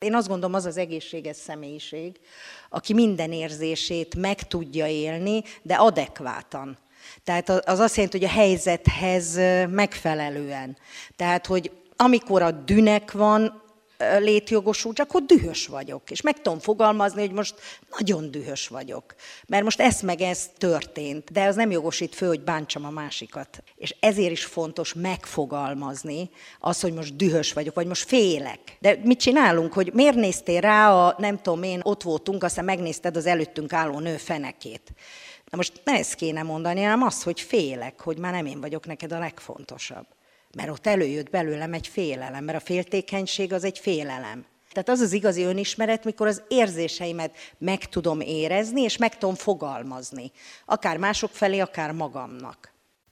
Én azt gondolom, az az egészséges személyiség, aki minden érzését meg tudja élni, de adekvátan. Tehát az azt jelenti, hogy a helyzethez megfelelően. Tehát, hogy amikor a dünek van létjogosult, akkor dühös vagyok. És meg tudom fogalmazni, hogy most nagyon dühös vagyok. Mert most ez meg ez történt. De az nem jogosít föl, hogy bántsam a másikat. És ezért is fontos megfogalmazni azt, hogy most dühös vagyok, vagy most félek. De mit csinálunk, hogy miért néztél rá nem tudom én, ott voltunk, aztán megnézted az előttünk álló nő fenekét. Na most ne ezt kéne mondani, hanem az, hogy félek, hogy már nem én vagyok neked a legfontosabb. Mert ott előjött belőlem egy félelem, mert a féltékenység az egy félelem. Tehát az az igazi önismeret, mikor az érzéseimet meg tudom érezni, és meg tudom fogalmazni. Akár mások felé, akár magamnak.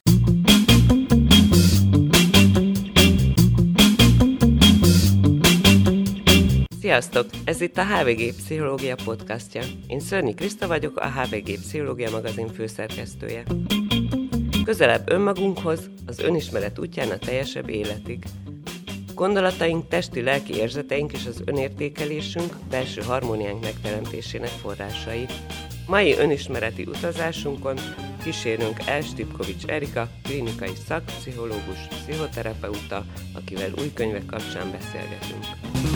Sziasztok! Ez itt a HVG Pszichológia podcastja. Én Szörnyi Kriszta vagyok, a HVG Pszichológia magazin főszerkesztője. Közelebb önmagunkhoz, az önismeret útján a teljesebb életig. Gondolataink, testi-lelki érzeteink és az önértékelésünk belső harmóniánk megteremtésének forrásai. Mai önismereti utazásunkon kísérünk Stipkovics Erika, klinikai szakpszichológus, pszichoterapeuta, akivel új könyvek kapcsán beszélgetünk.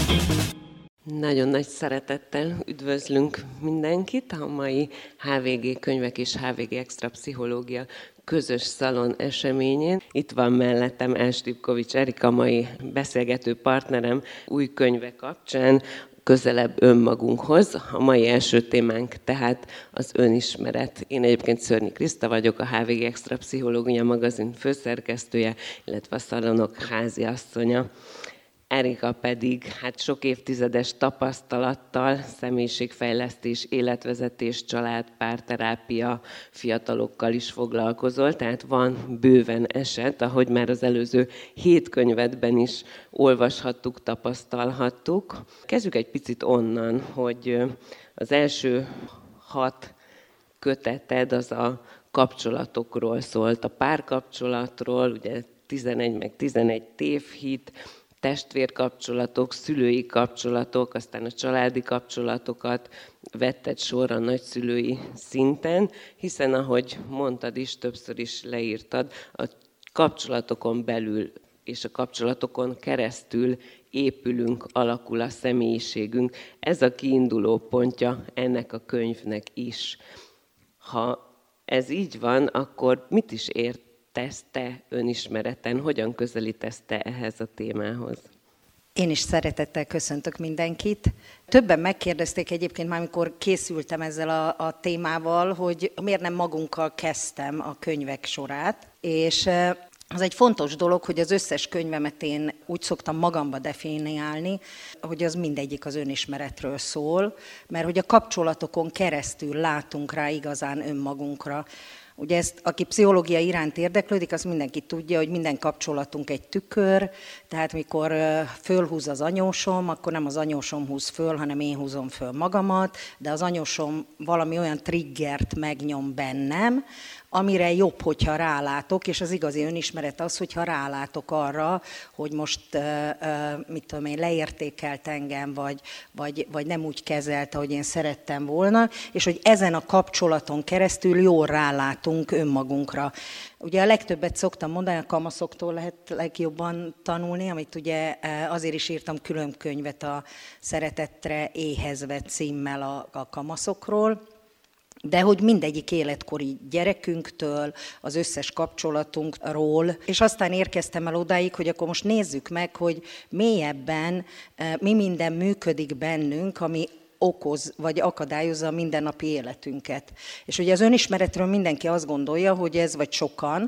Nagyon nagy szeretettel üdvözlünk mindenkit a mai HVG könyvek és HVG Extra Pszichológia közös szalon eseményén. Itt van mellettem Stipkovics Erika, mai beszélgető partnerem új könyve kapcsán, közelebb önmagunkhoz. A mai első témánk tehát az önismeret. Én egyébként Szörnyi Kriszta vagyok, a HVG Extra Pszichológia magazin főszerkesztője, illetve a szalonok háziasszonya. Erika pedig sok évtizedes tapasztalattal, személyiségfejlesztés, életvezetés, család, párterápia, fiatalokkal is foglalkozol, tehát van bőven eset, ahogy már az előző 7 könyvedben is olvashattuk, tapasztalhattuk. Kezdjük egy picit onnan, hogy az első 6 köteted az a kapcsolatokról szólt, a párkapcsolatról, ugye 11 meg 11 tévhit, testvérkapcsolatok, szülői kapcsolatok, aztán a családi kapcsolatokat vetted sorra nagyszülői szinten, hiszen ahogy mondtad is, többször is leírtad, a kapcsolatokon belül és a kapcsolatokon keresztül épülünk, alakul a személyiségünk. Ez a kiinduló pontja ennek a könyvnek is. Ha ez így van, akkor mit is ért te önismereten, hogyan közelítesz te ehhez a témához? Én is szeretettel köszöntök mindenkit. Többen megkérdezték egyébként már, amikor készültem ezzel a témával, hogy miért nem magunkkal kezdtem a könyvek sorát, és az egy fontos dolog, hogy az összes könyvemet én úgy szoktam magamba definiálni, hogy az mindegyik az önismeretről szól, mert hogy a kapcsolatokon keresztül látunk rá igazán önmagunkra. Ugye ezt, aki pszichológia iránt érdeklődik, az mindenki tudja, hogy minden kapcsolatunk egy tükör, tehát mikor fölhúz az anyósom, akkor nem az anyósom húz föl, hanem én húzom föl magamat, de az anyósom valami olyan triggert megnyom bennem, amire jobb, hogyha rálátok, és az igazi önismeret az, hogyha rálátok arra, hogy most, mit tudom én, leértékelt engem, vagy nem úgy kezelt, ahogy én szerettem volna, és hogy ezen a kapcsolaton keresztül jól rálátunk önmagunkra. Ugye a legtöbbet szoktam mondani, a kamaszoktól lehet legjobban tanulni, amit ugye azért is írtam külön könyvet a Szeretetre éhezve címmel a kamaszokról, de hogy mindegyik életkori gyerekünktől, az összes kapcsolatunkról, és aztán érkeztem el odáig, hogy akkor most nézzük meg, hogy mélyebben mi minden működik bennünk, ami okoz, vagy akadályozza a mindennapi életünket. És ugye az önismeretről mindenki azt gondolja, hogy ez, vagy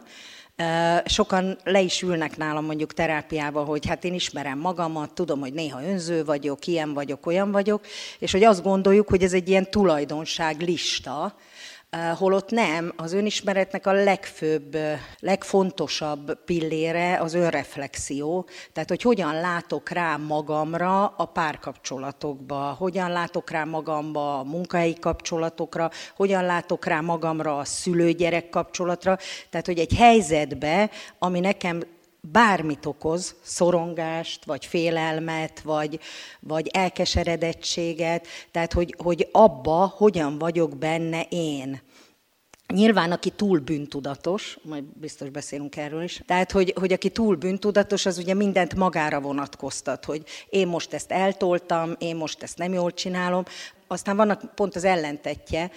sokan le is ülnek nálam mondjuk terápiába, hogy hát én ismerem magamat, tudom, hogy néha önző vagyok, ilyen vagyok, olyan vagyok, és hogy azt gondoljuk, hogy ez egy ilyen tulajdonságlista, holott nem, az önismeretnek a legfőbb, legfontosabb pillére az önreflexió, tehát hogy hogyan látok rá magamra a párkapcsolatokba, hogyan látok rá magamba a munkahelyi kapcsolatokra, hogyan látok rá magamra a szülő-gyerek kapcsolatra, tehát hogy egy helyzetbe, ami nekem bármit okoz, szorongást, vagy félelmet, vagy elkeseredettséget, tehát hogy abba hogyan vagyok benne én. Nyilván, aki túl bűntudatos, majd biztos beszélünk erről is, tehát, hogy aki túl bűntudatos, az ugye mindent magára vonatkoztat, hogy én most ezt eltoltam, én most ezt nem jól csinálom. Aztán vannak pont az ellentetje,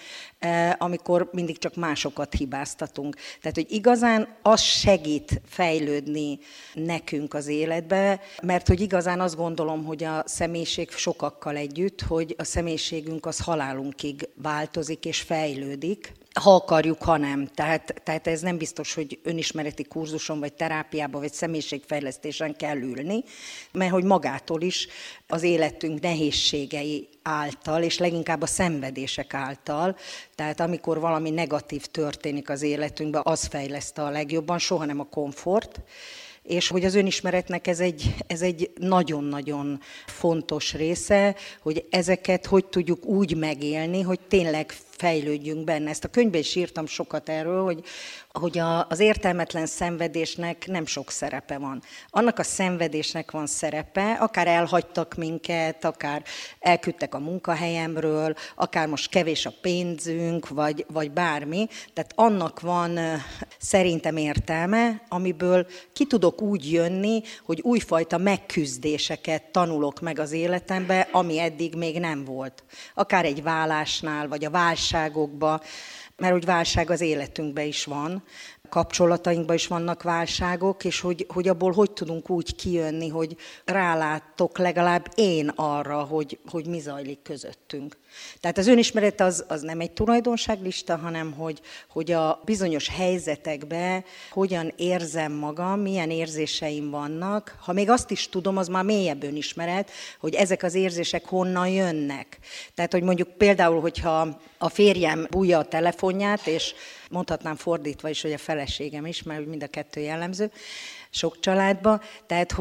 amikor mindig csak másokat hibáztatunk. Tehát, hogy igazán az segít fejlődni nekünk az életbe, mert hogy igazán azt gondolom, hogy a személyiség sokakkal együtt, hogy a személyiségünk az halálunkig változik és fejlődik, ha akarjuk, ha nem. Tehát ez nem biztos, hogy önismereti kurzuson, vagy terápiában, vagy személyiségfejlesztésen kell ülni, mert hogy magától is az életünk nehézségei által, és leginkább a szenvedések által, tehát amikor valami negatív történik az életünkben, az fejleszt a legjobban, soha nem a komfort, és hogy az önismeretnek ez egy nagyon-nagyon fontos része, hogy ezeket hogy tudjuk úgy megélni, hogy tényleg fejlődjünk benne. Ezt a könyvben is írtam sokat erről, hogy az értelmetlen szenvedésnek nem sok szerepe van. Annak a szenvedésnek van szerepe, akár elhagytak minket, akár elküldtek a munkahelyemről, akár most kevés a pénzünk, vagy bármi. Tehát annak van szerintem értelme, amiből ki tudok úgy jönni, hogy újfajta megküzdéseket tanulok meg az életembe, ami eddig még nem volt. Akár egy válásnál, vagy a válságokba, mert hogy válság az életünkben is van, kapcsolatainkban is vannak válságok, és hogy abból hogy tudunk úgy kijönni, hogy rálátok legalább én arra, hogy mi zajlik közöttünk. Tehát az önismeret az nem egy tulajdonságlista, hanem hogy a bizonyos helyzetekben hogyan érzem magam, milyen érzéseim vannak. Ha még azt is tudom, az már mélyebb önismeret, hogy ezek az érzések honnan jönnek. Tehát, hogy mondjuk például, hogyha a férjem bújja a telefonját, és mondhatnám fordítva is, hogy a feleségem is, mert mind a kettő jellemző, sok családban, tehát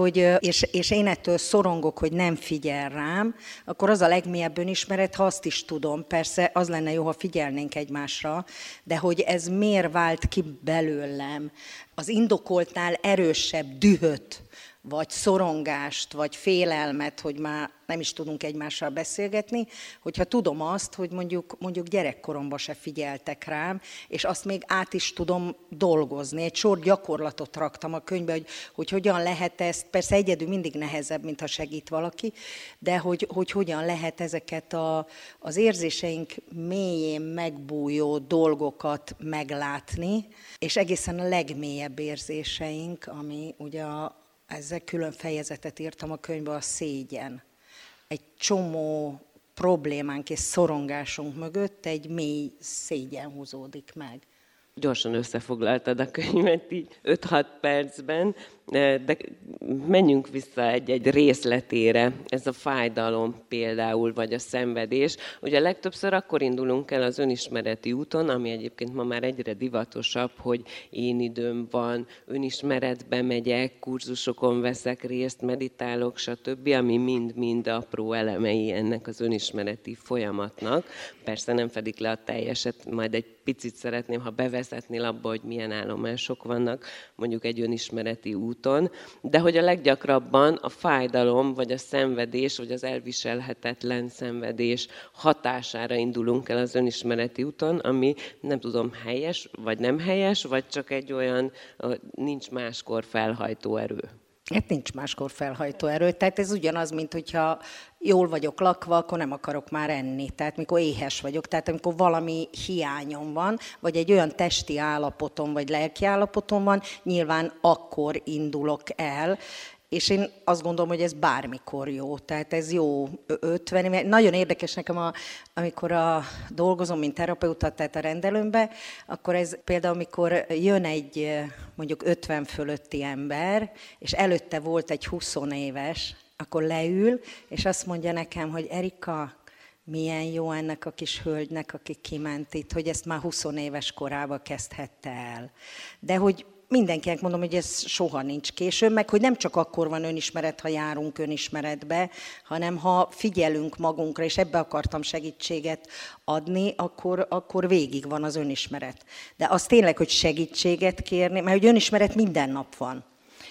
és én ettől szorongok, hogy nem figyel rám, akkor az a legmélyebb önismeret, ha azt is tudom. Persze az lenne jó, ha figyelnénk egymásra, de hogy ez miért vált ki belőlem az indokoltnál erősebb dühöt, vagy szorongást, vagy félelmet, hogy már nem is tudunk egymással beszélgetni, hogyha tudom azt, hogy mondjuk gyerekkoromban se figyeltek rám, és azt még át is tudom dolgozni. Egy sor gyakorlatot raktam a könyvbe, hogy hogyan lehet ezt, persze egyedül mindig nehezebb, mint ha segít valaki, de hogy hogyan lehet ezeket az érzéseink mélyén megbújó dolgokat meglátni, és egészen a legmélyebb érzéseink, ami ugye ezzel külön fejezetet írtam a könyvbe, a szégyen. Egy csomó problémánk és szorongásunk mögött egy mély szégyen húzódik meg. Gyorsan összefoglaltad a könyvet így 5-6 percben, de menjünk vissza egy részletére. Ez a fájdalom például, vagy a szenvedés. Ugye legtöbbször akkor indulunk el az önismereti úton, ami egyébként ma már egyre divatosabb, hogy én időm van, önismeretbe megyek, kurzusokon veszek részt, meditálok, stb., ami mind-mind apró elemei ennek az önismereti folyamatnak. Persze nem fedik le a teljeset, majd egy picit szeretném, ha bevezetnél abba, hogy milyen állomások vannak mondjuk egy önismereti úton, de hogy a leggyakrabban a fájdalom, vagy a szenvedés, vagy az elviselhetetlen szenvedés hatására indulunk el az önismereti úton, ami nem tudom, helyes, vagy nem helyes, vagy csak egy olyan, nincs máskor felhajtó erő. Hát nincs máskor felhajtó erő, tehát ez ugyanaz, mint hogyha jól vagyok lakva, akkor nem akarok már enni. Tehát mikor éhes vagyok, tehát amikor valami hiányom van, vagy egy olyan testi állapotom, vagy lelki állapotom van, nyilván akkor indulok el. És én azt gondolom, hogy ez bármikor jó. Tehát ez jó 50 év. Nagyon érdekes nekem, amikor dolgozom, mint terapeuta, tehát a rendelőmbe, akkor ez például, amikor jön egy mondjuk 50 fölötti ember, és előtte volt egy 20 éves, akkor leül, és azt mondja nekem, hogy Erika, milyen jó ennek a kis hölgynek, aki kiment itt, hogy ezt már 20 éves korában kezdhette el. De hogy mindenkinek mondom, hogy ez soha nincs későn, meg hogy nem csak akkor van önismeret, ha járunk önismeretbe, hanem ha figyelünk magunkra, és ebbe akartam segítséget adni, akkor végig van az önismeret. De az tényleg, hogy segítséget kérni, mert hogy önismeret minden nap van.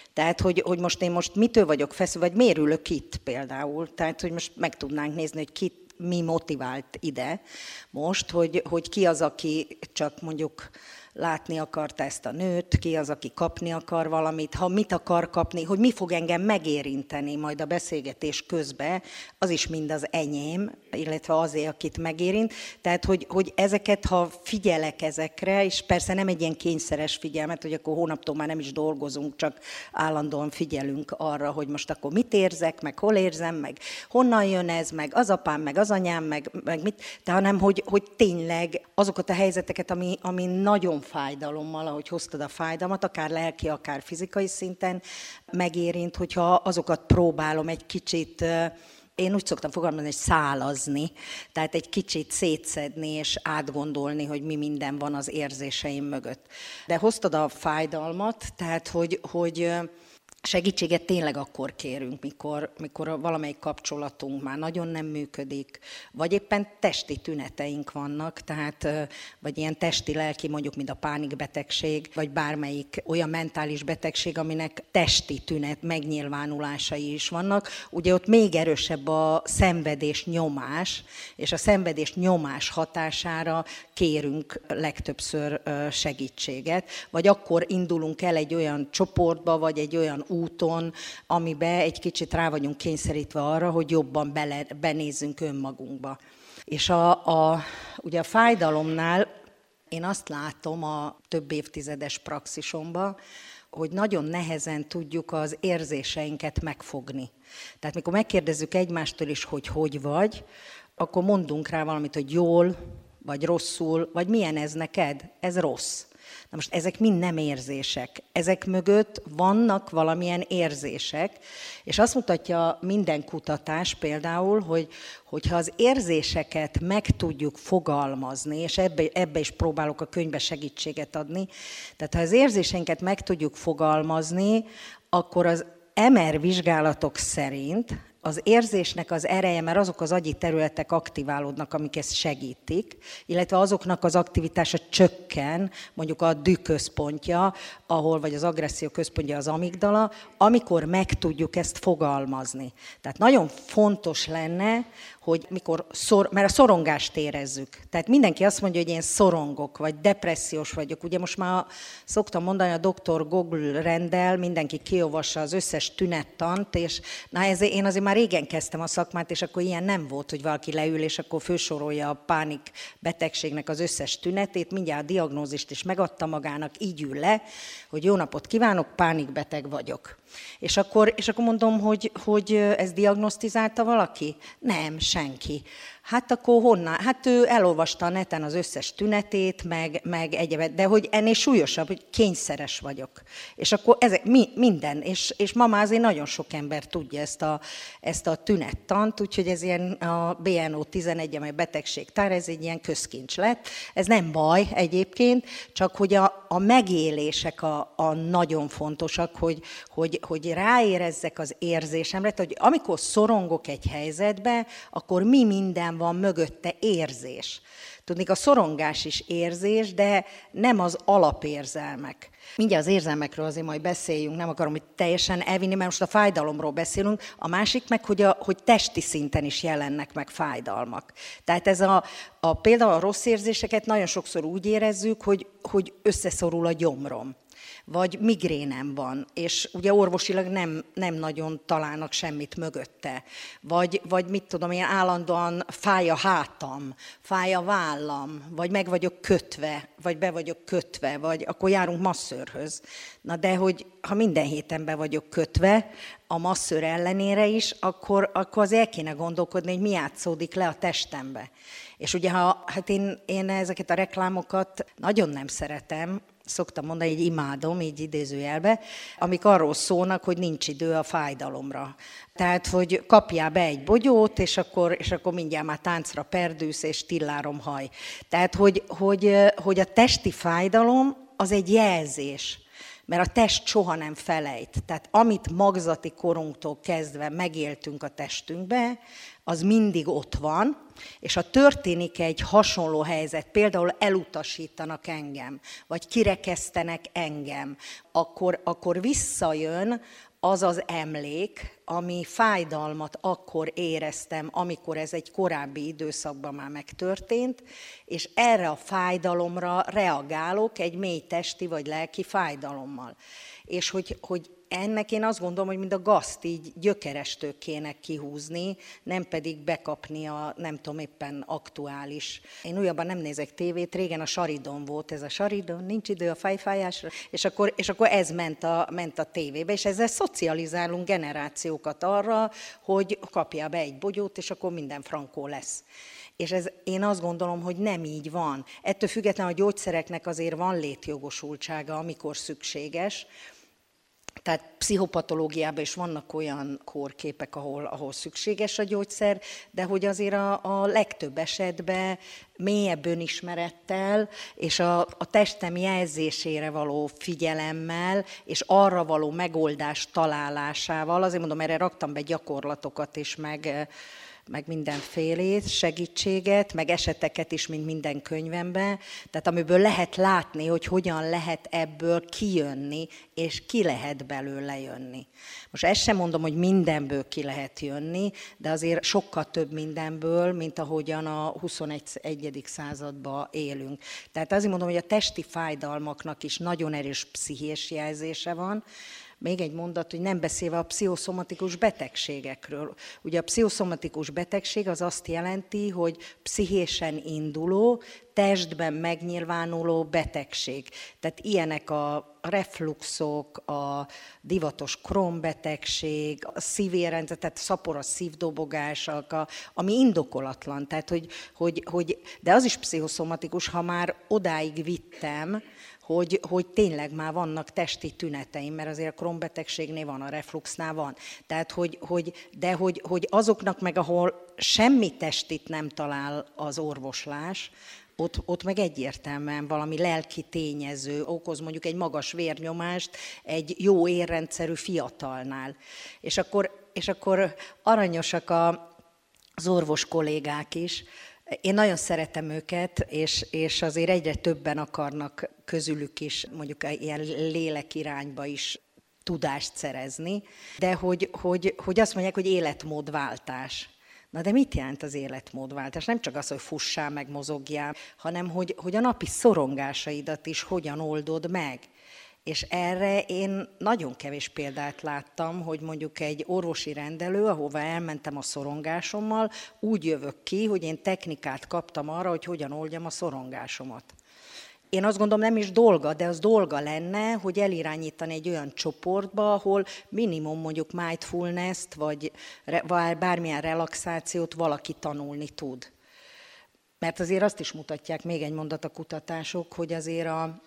Tehát, hogy most én mitől vagyok feszülve, vagy miért ülök itt például. Tehát, hogy most meg tudnánk nézni, hogy mi motivált ide most, hogy ki az, aki csak mondjuk látni akarta ezt a nőt, ki az, aki kapni akar valamit, ha mit akar kapni, hogy mi fog engem megérinteni majd a beszélgetés közben, az is mind az enyém, illetve azért, akit megérint. Tehát, hogy ezeket, ha figyelek ezekre, és persze nem egy ilyen kényszeres figyelmet, hogy akkor hónaptól már nem is dolgozunk, csak állandóan figyelünk arra, hogy most akkor mit érzek, meg hol érzem, meg honnan jön ez, meg az apám, meg az anyám, meg mit, de hanem, hogy tényleg azokat a helyzeteket, ami nagyon fájdalommal, ahogy hoztad a fájdalmat, akár lelki, akár fizikai szinten megérint, hogyha azokat próbálom egy kicsit, én úgy szoktam fogalmazni, hogy szálazni, tehát egy kicsit szétszedni és átgondolni, hogy mi minden van az érzéseim mögött. De hoztad a fájdalmat, tehát hogy segítséget tényleg akkor kérünk, mikor valamelyik kapcsolatunk már nagyon nem működik, vagy éppen testi tüneteink vannak, tehát vagy ilyen testi-lelki, mondjuk, mint a pánikbetegség, vagy bármelyik olyan mentális betegség, aminek testi tünet megnyilvánulásai is vannak. Ugye ott még erősebb a szenvedés nyomás, és a szenvedés nyomás hatására kérünk legtöbbször segítséget, vagy akkor indulunk el egy olyan csoportba, vagy egy olyan úton, amiben egy kicsit rá vagyunk kényszerítve arra, hogy jobban benézzünk önmagunkba. És ugye a fájdalomnál én azt látom a több évtizedes praxisomban, hogy nagyon nehezen tudjuk az érzéseinket megfogni. Tehát mikor megkérdezzük egymástól is, hogy vagy, akkor mondunk rá valamit, hogy jól, vagy rosszul, vagy milyen ez neked? Ez rossz. Na most ezek mind nem érzések. Ezek mögött vannak valamilyen érzések, és azt mutatja minden kutatás például, hogyha az érzéseket meg tudjuk fogalmazni, és ebbe is próbálok a könyvbe segítséget adni, tehát ha az érzéseinket meg tudjuk fogalmazni, akkor az MR vizsgálatok szerint az érzésnek az ereje, mert azok az agyi területek aktiválódnak, amik ezt segítik, illetve azoknak az aktivitása csökken, mondjuk a dű központja, vagy az agresszió központja az amigdala, amikor meg tudjuk ezt fogalmazni. Tehát nagyon fontos lenne, hogy mert a szorongást érezzük. Tehát mindenki azt mondja, hogy én szorongok, vagy depressziós vagyok. Ugye most már szoktam mondani, a Dr. Google rendel, mindenki kiolvassa az összes tünettant, és én azért már régen kezdtem a szakmát, és akkor ilyen nem volt, hogy valaki leül, és akkor fősorolja a pánik betegségnek az összes tünetét, mindjárt a diagnózist is megadta magának, így ül le, hogy jó napot kívánok, pánikbeteg vagyok. És akkor mondom, hogy ezt diagnosztizálta valaki? Nem, senki. Hát akkor honnan? Hát ő elolvasta a neten az összes tünetét, meg egyebet, de hogy ennél súlyosabb, hogy kényszeres vagyok. És akkor ezek minden, és ma már azért nagyon sok ember tudja ezt a tünettant, úgyhogy ez ilyen a BNO-11, amely betegségtár, ez egy ilyen közkincs lett. Ez nem baj egyébként, csak hogy a megélések a nagyon fontosak, hogy ráérezzek az érzésemre, hogy amikor szorongok egy helyzetbe, akkor mi minden van mögötte érzés. Tudnék, a szorongás is érzés, de nem az alapérzelmek. Mindjárt az érzelmekről azért majd beszéljünk, nem akarom itt teljesen elvinni, mert most a fájdalomról beszélünk. A másik meg, hogy testi szinten is jelennek meg fájdalmak. Tehát ez például a rossz érzéseket nagyon sokszor úgy érezzük, hogy összeszorul a gyomrom. Vagy migrénem van, és ugye orvosilag nem nagyon találnak semmit mögötte. Vagy mit tudom én, állandóan fáj a hátam, fáj a vállam, vagy meg vagyok kötve, vagy be vagyok kötve, vagy akkor járunk masszőrhöz. Na de ha minden héten be vagyok kötve, a masszőr ellenére is, akkor az el kéne gondolkodni, hogy mi játszódik le a testembe. És ugye én ezeket a reklámokat nagyon nem szeretem, szoktam mondani, hogy imádom, így idézőjelbe, amik arról szólnak, hogy nincs idő a fájdalomra. Tehát, hogy kapjál be egy bogyót, és akkor mindjárt már táncra perdülsz, és tillárom haj. Tehát, hogy a testi fájdalom az egy jelzés. Mert a test soha nem felejt. Tehát amit magzati korunktól kezdve megéltünk a testünkbe, az mindig ott van, és ha történik egy hasonló helyzet, például elutasítanak engem, vagy kirekesztenek engem, akkor visszajön az az emlék, ami fájdalmat akkor éreztem, amikor ez egy korábbi időszakban már megtörtént, és erre a fájdalomra reagálok egy mély testi vagy lelki fájdalommal. És hogy ennek én azt gondolom, hogy mind a gazt így gyökerestől kéne kihúzni, nem pedig bekapni a nem tudom éppen aktuális. Én újabban nem nézek tévét, régen a Saridon volt ez a Saridon, nincs idő a fejfájásra, és akkor ez ment a tévébe, és ezzel szocializálunk generációkat arra, hogy kapjál be egy bogyót, és akkor minden frankó lesz. És én azt gondolom, hogy nem így van. Ettől függetlenül a gyógyszereknek azért van létjogosultsága, amikor szükséges. Tehát pszichopatológiában is vannak olyan kórképek, ahol szükséges a gyógyszer, de hogy azért a legtöbb esetben mélyebb önismerettel és a testem jelzésére való figyelemmel és arra való megoldás találásával, azért mondom, erre raktam be gyakorlatokat is, meg mindenfélét, segítséget, meg eseteket is, mint minden könyvemben. Tehát amiből lehet látni, hogy hogyan lehet ebből kijönni, és ki lehet belőle jönni. Most ezt sem mondom, hogy mindenből ki lehet jönni, de azért sokkal több mindenből, mint ahogyan a 21. században élünk. Tehát azért mondom, hogy a testi fájdalmaknak is nagyon erős pszichés jelzése van. Még egy mondat, hogy nem beszélve a pszichoszomatikus betegségekről. Ugye a pszichoszomatikus betegség az azt jelenti, hogy pszichésen induló, testben megnyilvánuló betegség. Tehát ilyenek a refluxok, a divatos Crohn-betegség, a szívérrendszer, tehát szaporos szívdobogások, ami indokolatlan. Tehát, de az is pszichoszomatikus, ha már odáig vittem, hogy tényleg már vannak testi tüneteim, mert azért a Crohn-betegségnél van, a refluxnál van. Tehát, hogy azoknak meg, ahol semmi testit nem talál az orvoslás, ott meg egyértelműen valami lelki tényező okoz mondjuk egy magas vérnyomást egy jó érrendszerű fiatalnál. És akkor aranyosak az orvos kollégák is. Én nagyon szeretem őket, és azért egyre többen akarnak közülük is mondjuk ilyen lélekirányba is tudást szerezni, de hogy azt mondják, hogy életmódváltás. Na de mit jelent az életmódváltás? Nem csak az, hogy fussál meg, mozogjál, hanem hogy a napi szorongásaidat is hogyan oldod meg. És erre én nagyon kevés példát láttam, hogy mondjuk egy orvosi rendelő, ahova elmentem a szorongásommal, úgy jövök ki, hogy én technikát kaptam arra, hogy hogyan oldjam a szorongásomat. Én azt gondolom, nem is dolga, de az dolga lenne, hogy elirányítani egy olyan csoportba, ahol minimum mondjuk mindfulness-t, vagy bármilyen relaxációt valaki tanulni tud. Mert azért azt is mutatják, még egy mondat a kutatások, hogy azért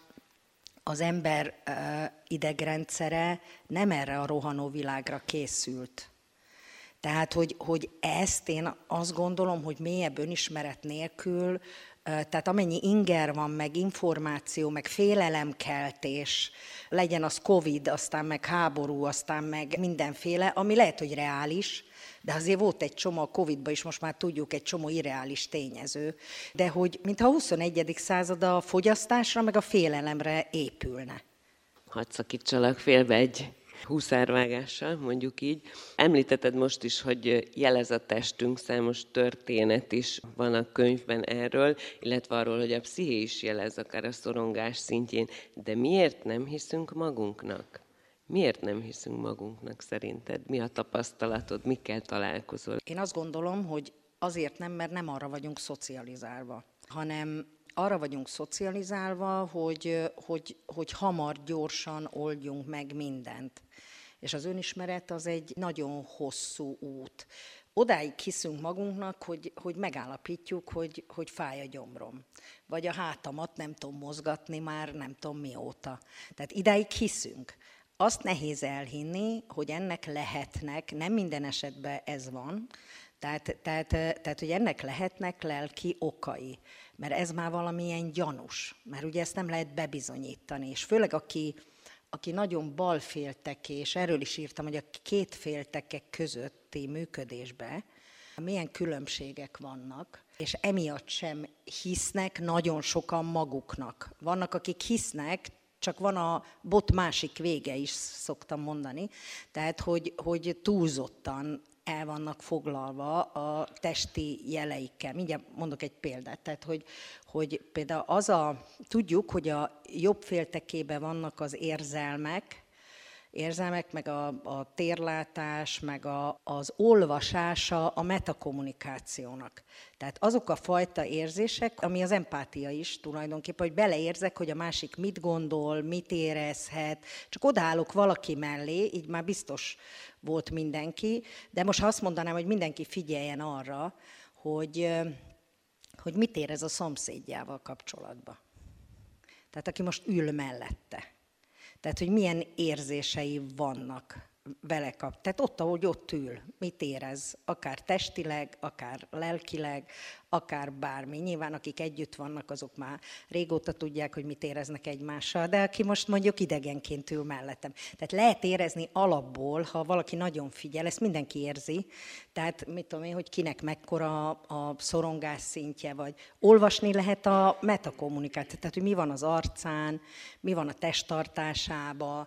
az ember idegrendszere nem erre a rohanó világra készült. Tehát, hogy ezt én azt gondolom, hogy mélyebb önismeret nélkül, tehát amennyi inger van, meg információ, meg félelemkeltés, legyen az Covid, aztán meg háború, aztán meg mindenféle, ami lehet, hogy reális, de azért volt egy csomó, a Covid-ban is most már tudjuk, egy csomó irreális tényező, de hogy mintha a 21. század a fogyasztásra, meg a félelemre épülne. Hadd szakítsalak félbe egy húszárvágással, mondjuk így. Említetted most is, hogy jelez a testünk, számos történet is van a könyvben erről, illetve arról, hogy a psziché is jelez, akár a szorongás szintjén. De miért nem hiszünk magunknak? Miért nem hiszünk magunknak szerinted? Mi a tapasztalatod? Mikkel találkozol? Én azt gondolom, hogy azért nem, mert nem arra vagyunk szocializálva, hanem arra vagyunk szocializálva, hogy hamar, gyorsan oldjunk meg mindent. És az önismeret az egy nagyon hosszú út. Odáig hiszünk magunknak, hogy megállapítjuk, hogy fáj a gyomrom. Vagy a hátamat nem tudom mozgatni már nem tudom mióta. Tehát idáig hiszünk. Azt nehéz elhinni, hogy ennek lehetnek, nem minden esetben ez van, tehát hogy ennek lehetnek lelki okai. Mert ez már valamilyen gyanús, mert ugye ezt nem lehet bebizonyítani. És főleg aki nagyon balféltekés, erről is írtam, hogy a két féltekek közötti működésben milyen különbségek vannak, és emiatt sem hisznek nagyon sokan maguknak. Vannak, akik hisznek, csak van a bot másik vége is, szoktam mondani, tehát hogy túlzottan el vannak foglalva a testi jeleikkel. Mindjárt mondok egy példát, tehát hogy például tudjuk, hogy a jobb féltekében vannak az érzelmek, meg a térlátás, meg az olvasása a metakommunikációnak. Tehát azok a fajta érzések, ami az empátia is tulajdonképpen, hogy beleérzek, hogy a másik mit gondol, mit érezhet, csak odaállok valaki mellé, így már biztos volt mindenki, de most ha azt mondanám, hogy mindenki figyeljen arra, hogy mit érez a szomszédjával kapcsolatban. Tehát aki most ül mellette. Tehát, hogy milyen érzései vannak vele kap. Tehát ott, ahogy ott ül, mit érez, akár testileg, akár lelkileg, akár bármi. Nyilván, akik együtt vannak, azok már régóta tudják, hogy mit éreznek egymással, de aki most mondjuk idegenként ül mellettem. Tehát lehet érezni alapból, ha valaki nagyon figyel, ezt mindenki érzi, tehát mit tudom én, hogy kinek mekkora a szorongás szintje, vagy olvasni lehet a metakommunikációt, tehát hogy mi van az arcán, mi van a testtartásában,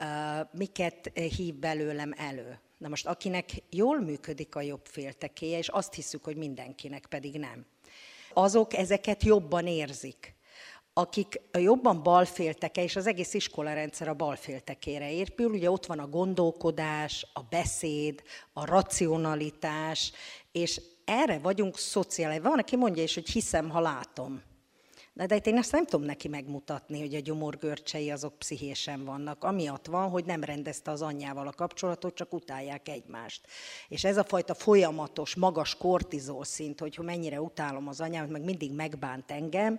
miket hív belőlem elő. Na most akinek jól működik a jobb féltekéje, és azt hiszük, hogy mindenkinek pedig nem, azok ezeket jobban érzik. Akik jobban balfélteke, és az egész iskolarendszer a balféltekére épül, ugye ott van a gondolkodás, a beszéd, a racionalitás, és erre vagyunk szociális. Van, aki mondja is, hogy hiszem, ha látom. De én ezt nem tudom neki megmutatni, hogy a gyomorgörcsei azok pszichésen vannak. Amiatt van, hogy nem rendezte az anyjával a kapcsolatot, csak utálják egymást. És ez a fajta folyamatos, magas kortizol szint, hogy mennyire utálom az anyámat, meg mindig megbánt engem,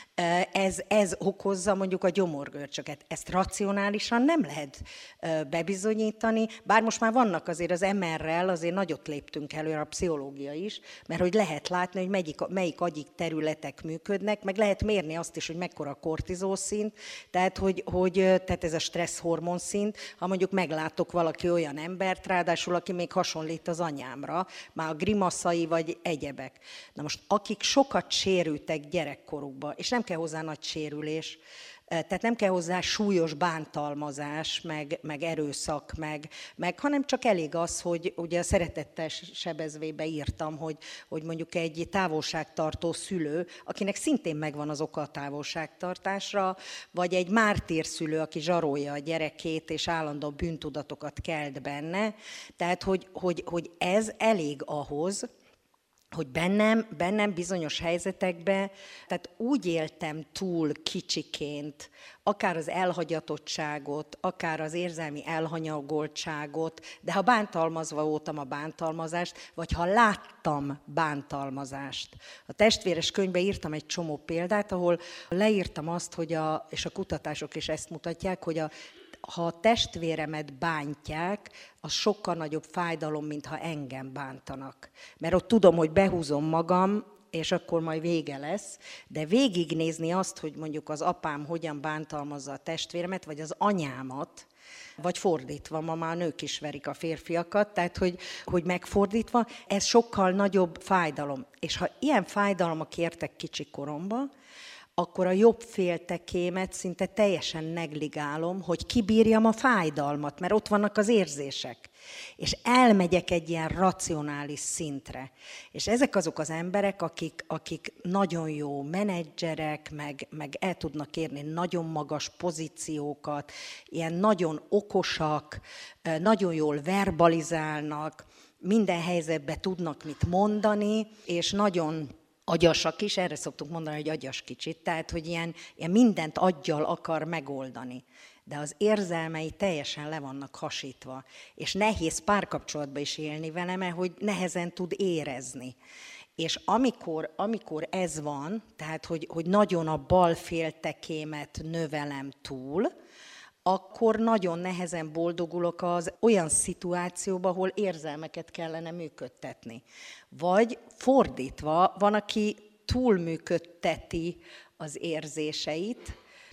ez okozza mondjuk a gyomorgörcsöket. Ezt racionálisan nem lehet bebizonyítani, bár most már vannak azért az MR-rel, azért nagyot léptünk előre, a pszichológia is, mert hogy lehet látni, hogy melyik agyi területek működnek, meg lehet mérni azt is, hogy mekkora a kortizol szint, tehát ez a stressz hormon szint, ha mondjuk meglátok valaki olyan embert, ráadásul aki még hasonlít az anyámra, már a grimaszai vagy egyebek. Na most akik sokat sérültek gyerekkorukban, és nem kell hozzá nagy sérülés, tehát nem kell hozzá súlyos bántalmazás, meg erőszak, hanem csak elég az, hogy ugye a szeretettel sebezvébe írtam, hogy mondjuk egy távolságtartó szülő, akinek szintén megvan az oka a távolságtartásra, vagy egy mártír szülő, aki zsarolja a gyerekét, és állandó bűntudatokat kelt benne. Tehát, hogy ez elég ahhoz, hogy bennem bizonyos helyzetekben, tehát úgy éltem túl kicsiként, akár az elhagyatottságot, akár az érzelmi elhanyagoltságot, de ha bántalmazva voltam a bántalmazást, vagy ha láttam bántalmazást. A testvéres könyvben írtam egy csomó példát, ahol leírtam azt, és a kutatások is ezt mutatják, hogy ha a testvéremet bántják, az sokkal nagyobb fájdalom, mint ha engem bántanak. Mert ott tudom, hogy behúzom magam, és akkor majd vége lesz, de végignézni azt, hogy mondjuk az apám hogyan bántalmazza a testvéremet, vagy az anyámat, vagy fordítva, ma már nők is verik a férfiakat, tehát hogy megfordítva, ez sokkal nagyobb fájdalom. És ha ilyen fájdalmak értek kicsi koromba, akkor a jobb féltekémet szinte teljesen negligálom, hogy kibírjam a fájdalmat, mert ott vannak az érzések. És elmegyek egy ilyen racionális szintre. És ezek azok az emberek, akik nagyon jó menedzserek, meg el tudnak érni nagyon magas pozíciókat, ilyen nagyon okosak, nagyon jól verbalizálnak, minden helyzetben tudnak mit mondani, és nagyon agyasak is, erre szoktuk mondani, hogy agyas kicsit, tehát, hogy ilyen mindent aggyal akar megoldani. De az érzelmei teljesen le vannak hasítva, és nehéz párkapcsolatban is élni vele, mert hogy nehezen tud érezni. És amikor ez van, tehát, hogy nagyon a bal féltekémet növelem túl, akkor nagyon nehezen boldogulok az olyan szituációban, ahol érzelmeket kellene működtetni. Vagy fordítva, van, aki túlműködteti az érzéseit,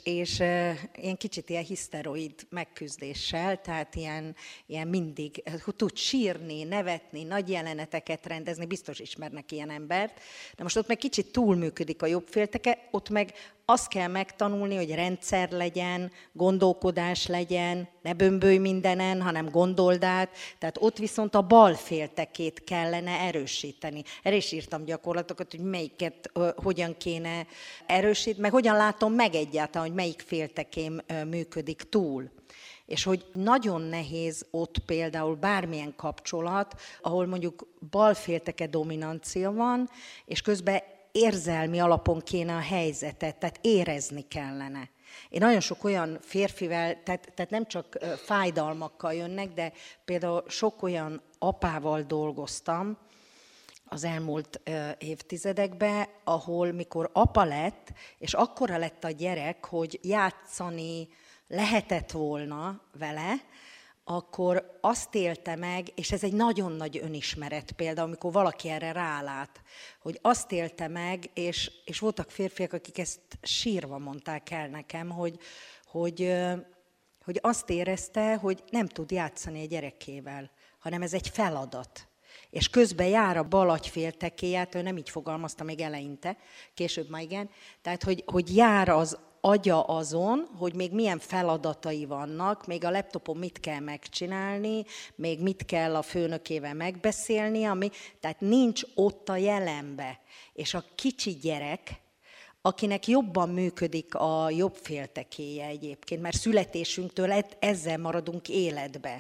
és ilyen kicsit ilyen hiszteroid megküzdéssel, tehát ilyen mindig tud sírni, nevetni, nagy jeleneteket rendezni, biztos ismernek ilyen embert, de most ott meg kicsit túlműködik a jobbfélteke, ott meg azt kell megtanulni, hogy rendszer legyen, gondolkodás legyen, ne bömbölj mindenen, hanem gondold át. Tehát ott viszont a bal féltekét kellene erősíteni. Erre is írtam gyakorlatokat, hogy melyiket hogyan kéne erősíteni, meg hogyan látom meg egyáltalán, hogy melyik féltekém működik túl. És hogy nagyon nehéz ott például bármilyen kapcsolat, ahol mondjuk balfélteke dominancia van, és közben érzelmi alapon kéne a helyzetet, tehát érezni kellene. Én nagyon sok olyan férfivel, tehát nem csak fájdalmakkal jönnek, de például sok olyan apával dolgoztam az elmúlt évtizedekben, ahol mikor apa lett, és akkora lett a gyerek, hogy játszani lehetett volna vele, akkor azt élte meg, és ez egy nagyon nagy önismeret például, amikor valaki erre rálát, hogy azt élte meg, és voltak férfiak, akik ezt sírva mondták el nekem, hogy azt érezte, hogy nem tud játszani a gyerekével, hanem ez egy feladat. És közben jár a bal agyféltekéját, ő nem így fogalmazta még eleinte, később már igen, tehát hogy jár az agya azon, hogy még milyen feladatai vannak, még a laptopon mit kell megcsinálni, még mit kell a főnökével megbeszélni, tehát nincs ott a jelenbe. És a kicsi gyerek, akinek jobban működik a jobb féltekéje egyébként, mert születésünktől ezzel maradunk életbe,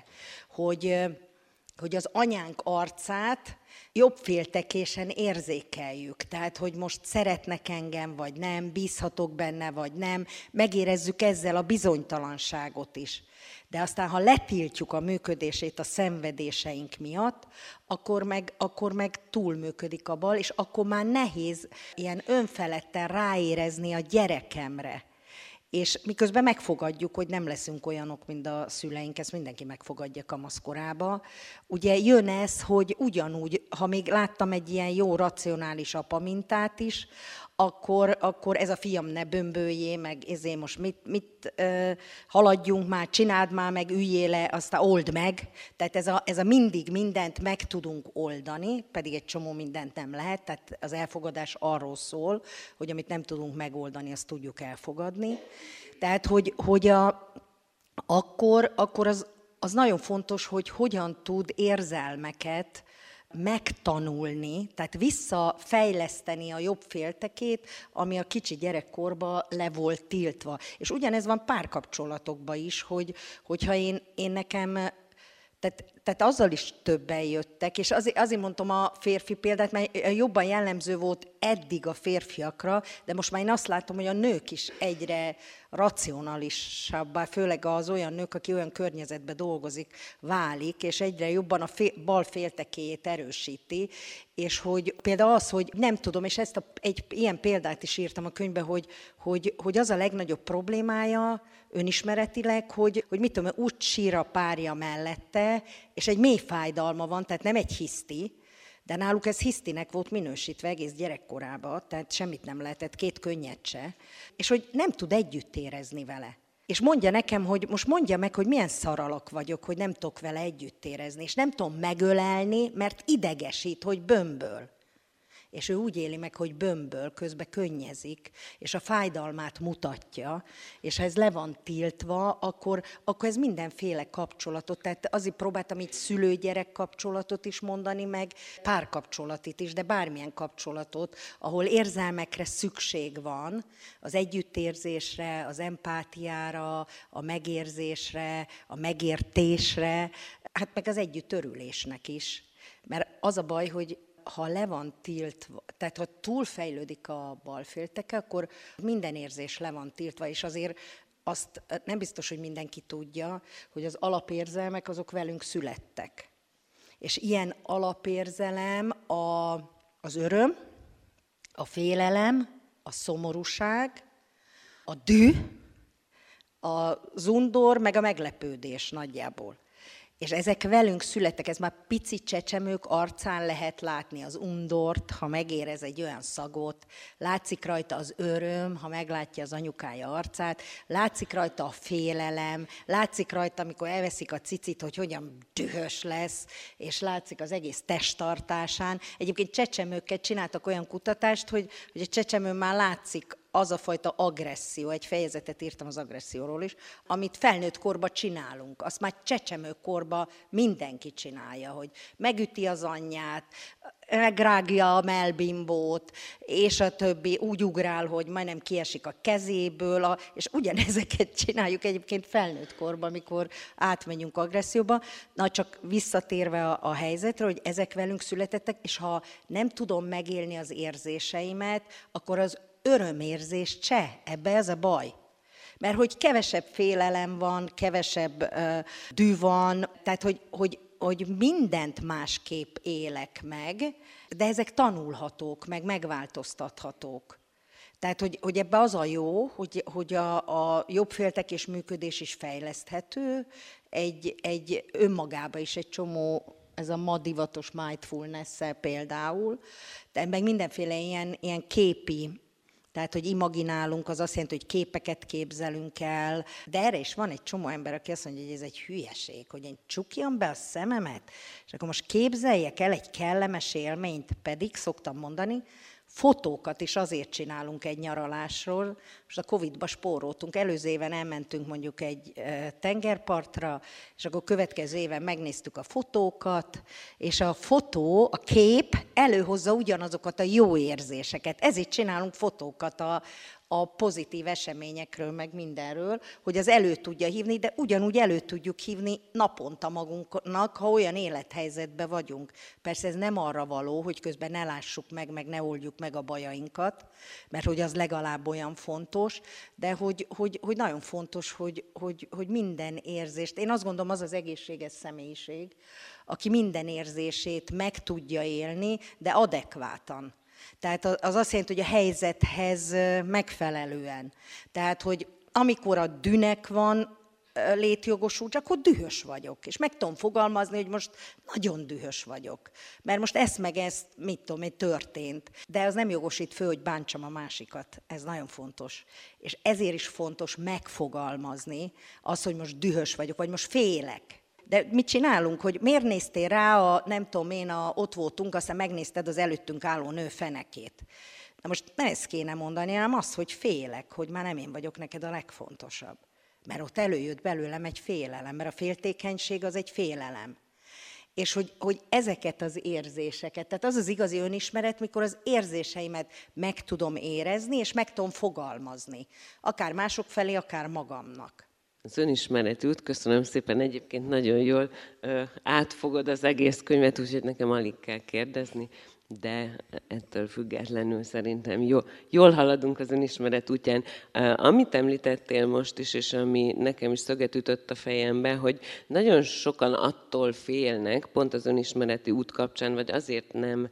hogy az anyánk arcát jobb féltekésen érzékeljük. Tehát, hogy most szeretnek engem, vagy nem, bízhatok benne, vagy nem, megérezzük ezzel a bizonytalanságot is. De aztán, ha letiltjuk a működését a szenvedéseink miatt, akkor meg túlműködik a bal, és akkor már nehéz ilyen önfeledten ráérezni a gyerekemre. És miközben megfogadjuk, hogy nem leszünk olyanok, mint a szüleink, ezt mindenki megfogadja kamaszkorába. Ugye jön ez, hogy ugyanúgy, ha még láttam egy ilyen jó, racionális apa mintát is, akkor ez a fiam ne bömböljé, meg ezért most mit haladjunk már, csináld már meg, üljél le, aztán old meg. Tehát ez a mindig mindent meg tudunk oldani, pedig egy csomó mindent nem lehet, tehát az elfogadás arról szól, hogy amit nem tudunk megoldani, azt tudjuk elfogadni. Tehát, hogy akkor az nagyon fontos, hogy hogyan tud érzelmeket megtanulni, tehát visszafejleszteni a jobb féltekét, ami a kicsi gyerekkorban le volt tiltva. És ugyanez van párkapcsolatokban is, hogyha én nekem, tehát azzal is többen jöttek, és azért mondtam a férfi példát, mert jobban jellemző volt eddig a férfiakra, de most már én azt látom, hogy a nők is egyre racionalisabbá, főleg az olyan nők, aki olyan környezetben dolgozik, válik, és egyre jobban a bal féltekéjét erősíti, és hogy például az, hogy nem tudom, és egy ilyen példát is írtam a könyvben, hogy az a legnagyobb problémája önismeretileg, hogy mit tudom, úgy sír a párja mellette, és egy mély fájdalma van, tehát nem egy hiszti, de náluk ez hisztinek volt minősítve egész gyerekkorában, tehát semmit nem lehetett, 2 könnyet se, és hogy nem tud együtt érezni vele. És mondja nekem, hogy most mondja meg, hogy milyen szaralak vagyok, hogy nem tudok vele együtt érezni, és nem tudom megölelni, mert idegesít, hogy bömböl. És ő úgy éli meg, hogy bömböl, közben könnyezik, és a fájdalmát mutatja, és ha ez le van tiltva, akkor ez mindenféle kapcsolatot, tehát azért próbáltam így szülő-gyerek kapcsolatot is mondani, meg párkapcsolatit is, de bármilyen kapcsolatot, ahol érzelmekre szükség van, az együttérzésre, az empátiára, a megérzésre, a megértésre, hát meg az együttörülésnek is. Mert az a baj, hogy ha le van tiltva, tehát ha túlfejlődik a balfélteke, akkor minden érzés le van tiltva, és azért azt nem biztos, hogy mindenki tudja, hogy az alapérzelmek azok velünk születtek. És ilyen alapérzelem az öröm, a félelem, a szomorúság, a düh, a zundor, meg a meglepődés nagyjából. És ezek velünk születtek, ez már pici csecsemők arcán lehet látni az undort, ha megérez egy olyan szagot, látszik rajta az öröm, ha meglátja az anyukája arcát, látszik rajta a félelem, látszik rajta, amikor elveszik a cicit, hogy hogyan dühös lesz, és látszik az egész testtartásán. Egyébként csecsemőkkel csináltak olyan kutatást, hogy a csecsemőn már látszik az a fajta agresszió, egy fejezetet írtam az agresszióról is, amit felnőtt korban csinálunk. Azt már csecsemőkorban mindenki csinálja, hogy megüti az anyját, megrágja a mellbimbót, és a többi úgy ugrál, hogy majdnem kiesik a kezéből, és ugyanezeket csináljuk egyébként felnőtt korban, amikor átmegyünk agresszióba. Na, csak visszatérve a helyzetre, hogy ezek velünk születettek, és ha nem tudom megélni az érzéseimet, akkor az örömérzés cseh, ebbe ez a baj. Mert hogy kevesebb félelem van, kevesebb dű van, tehát hogy mindent másképp élek meg, de ezek tanulhatók, meg megváltoztathatók. Tehát, hogy ebbe az a jó, hogy a jobbféltekés működés is fejleszthető, egy önmagába is egy csomó, ez a ma divatos mindfulness-szel például, de meg mindenféle ilyen képi, tehát, hogy imaginálunk, az azt jelenti, hogy képeket képzelünk el, de erre is van egy csomó ember, aki azt mondja, hogy ez egy hülyeség, hogy én csukjam be a szememet, és akkor most képzeljek el egy kellemes élményt, pedig szoktam mondani, fotókat is azért csinálunk egy nyaralásról, most a Covid-ba spóroltunk, előző éven elmentünk mondjuk egy tengerpartra, és akkor következő éven megnéztük a fotókat, és a fotó, a kép előhozza ugyanazokat a jó érzéseket. Ezért csinálunk fotókat a pozitív eseményekről, meg mindenről, hogy az elő tudja hívni, de ugyanúgy elő tudjuk hívni naponta magunknak, ha olyan élethelyzetben vagyunk. Persze ez nem arra való, hogy közben ne lássuk meg ne oldjuk meg a bajainkat, mert hogy az legalább olyan fontos, de hogy nagyon fontos, hogy minden érzést, én azt gondolom, az az egészséges személyiség, aki minden érzését meg tudja élni, de adekvátan. Tehát az azt jelenti, hogy a helyzethez megfelelően. Tehát, hogy amikor a dűnek van létjogosult, akkor dühös vagyok. És meg tudom fogalmazni, hogy most nagyon dühös vagyok. Mert most ezt meg ezt, mit tudom én, történt. De az nem jogosít föl, hogy bántsam a másikat. Ez nagyon fontos. És ezért is fontos megfogalmazni az, hogy most dühös vagyok, vagy most félek. De mit csinálunk, hogy miért néztél rá, nem tudom én, ott voltunk, aztán megnézted az előttünk álló nő fenekét. Na most nem ezt kéne mondani, hanem az, hogy félek, hogy már nem én vagyok neked a legfontosabb. Mert ott előjött belőlem egy félelem, mert a féltékenység az egy félelem. És hogy ezeket az érzéseket, tehát az az igazi önismeret, mikor az érzéseimet meg tudom érezni, és meg tudom fogalmazni. Akár mások felé, akár magamnak. Az önismereti út, köszönöm szépen, egyébként nagyon jól átfogod az egész könyvet, úgyhogy nekem alig kell kérdezni, de ettől függetlenül szerintem jól haladunk az önismeret útján. Amit említettél most is, és ami nekem is szöget ütött a fejembe, hogy nagyon sokan attól félnek, pont az önismereti út kapcsán, vagy azért nem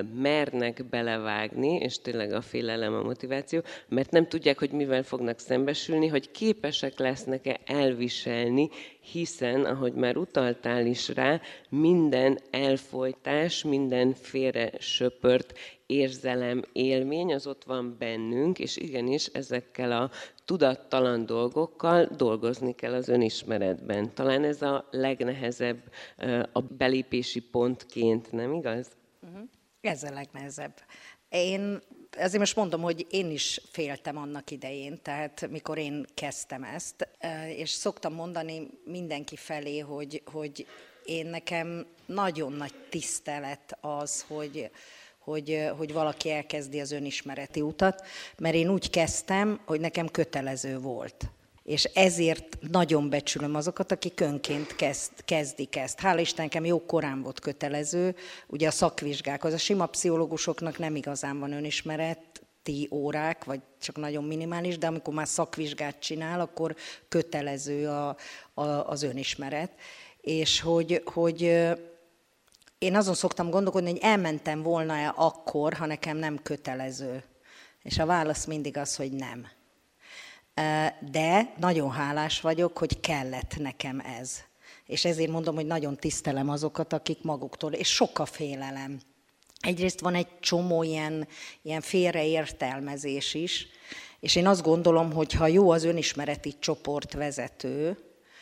mernek belevágni, és tényleg a félelem a motiváció, mert nem tudják, hogy mivel fognak szembesülni, hogy képesek lesznek-e elviselni, hiszen, ahogy már utaltál is rá, minden elfojtás, minden félre söpört érzelem, élmény, az ott van bennünk, és igenis ezekkel a tudattalan dolgokkal dolgozni kell az önismeretben. Talán ez a legnehezebb a belépési pontként, nem igaz? Ez a legnehezebb. Én azért most mondom, hogy én is féltem annak idején, tehát mikor én kezdtem ezt, és szoktam mondani mindenki felé, hogy én nekem nagyon nagy tisztelet az, hogy valaki elkezdi az önismereti utat, mert én úgy kezdtem, hogy nekem kötelező volt. És ezért nagyon becsülöm azokat, akik önként kezdik ezt. Hála Isten, nekem jó korán volt kötelező, ugye a szakvizsgákhoz. A sima pszichológusoknak nem igazán van önismereti órák, vagy csak nagyon minimális, de amikor már szakvizsgát csinál, akkor kötelező az önismeret. És hogy én azon szoktam gondolkodni, hogy elmentem volna-e akkor, ha nekem nem kötelező. És a válasz mindig az, hogy nem. De nagyon hálás vagyok, hogy kellett nekem ez. És ezért mondom, hogy nagyon tisztelem azokat, akik maguktól, és sok a félelem. Egyrészt van egy csomó ilyen félreértelmezés is, és én azt gondolom, hogy ha jó az önismereti csoportvezető,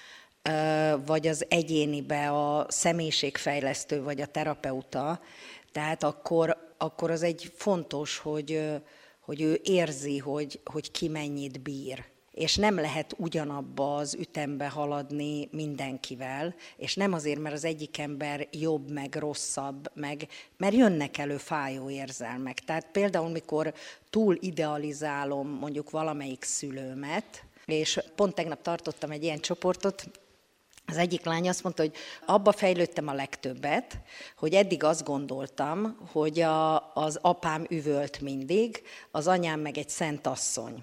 vagy az egyénibe a személyiségfejlesztő, vagy a terapeuta, tehát akkor az egy fontos, hogy ő érzi, hogy ki mennyit bír. És nem lehet ugyanabba az ütembe haladni mindenkivel, és nem azért, mert az egyik ember jobb, meg rosszabb, mert jönnek elő fájó érzelmek. Tehát például, mikor túl idealizálom mondjuk valamelyik szülőmet, és pont tegnap tartottam egy ilyen csoportot, az egyik lány azt mondta, hogy abba fejlődtem a legtöbbet, hogy eddig azt gondoltam, hogy az apám üvölt mindig, az anyám meg egy szent asszony.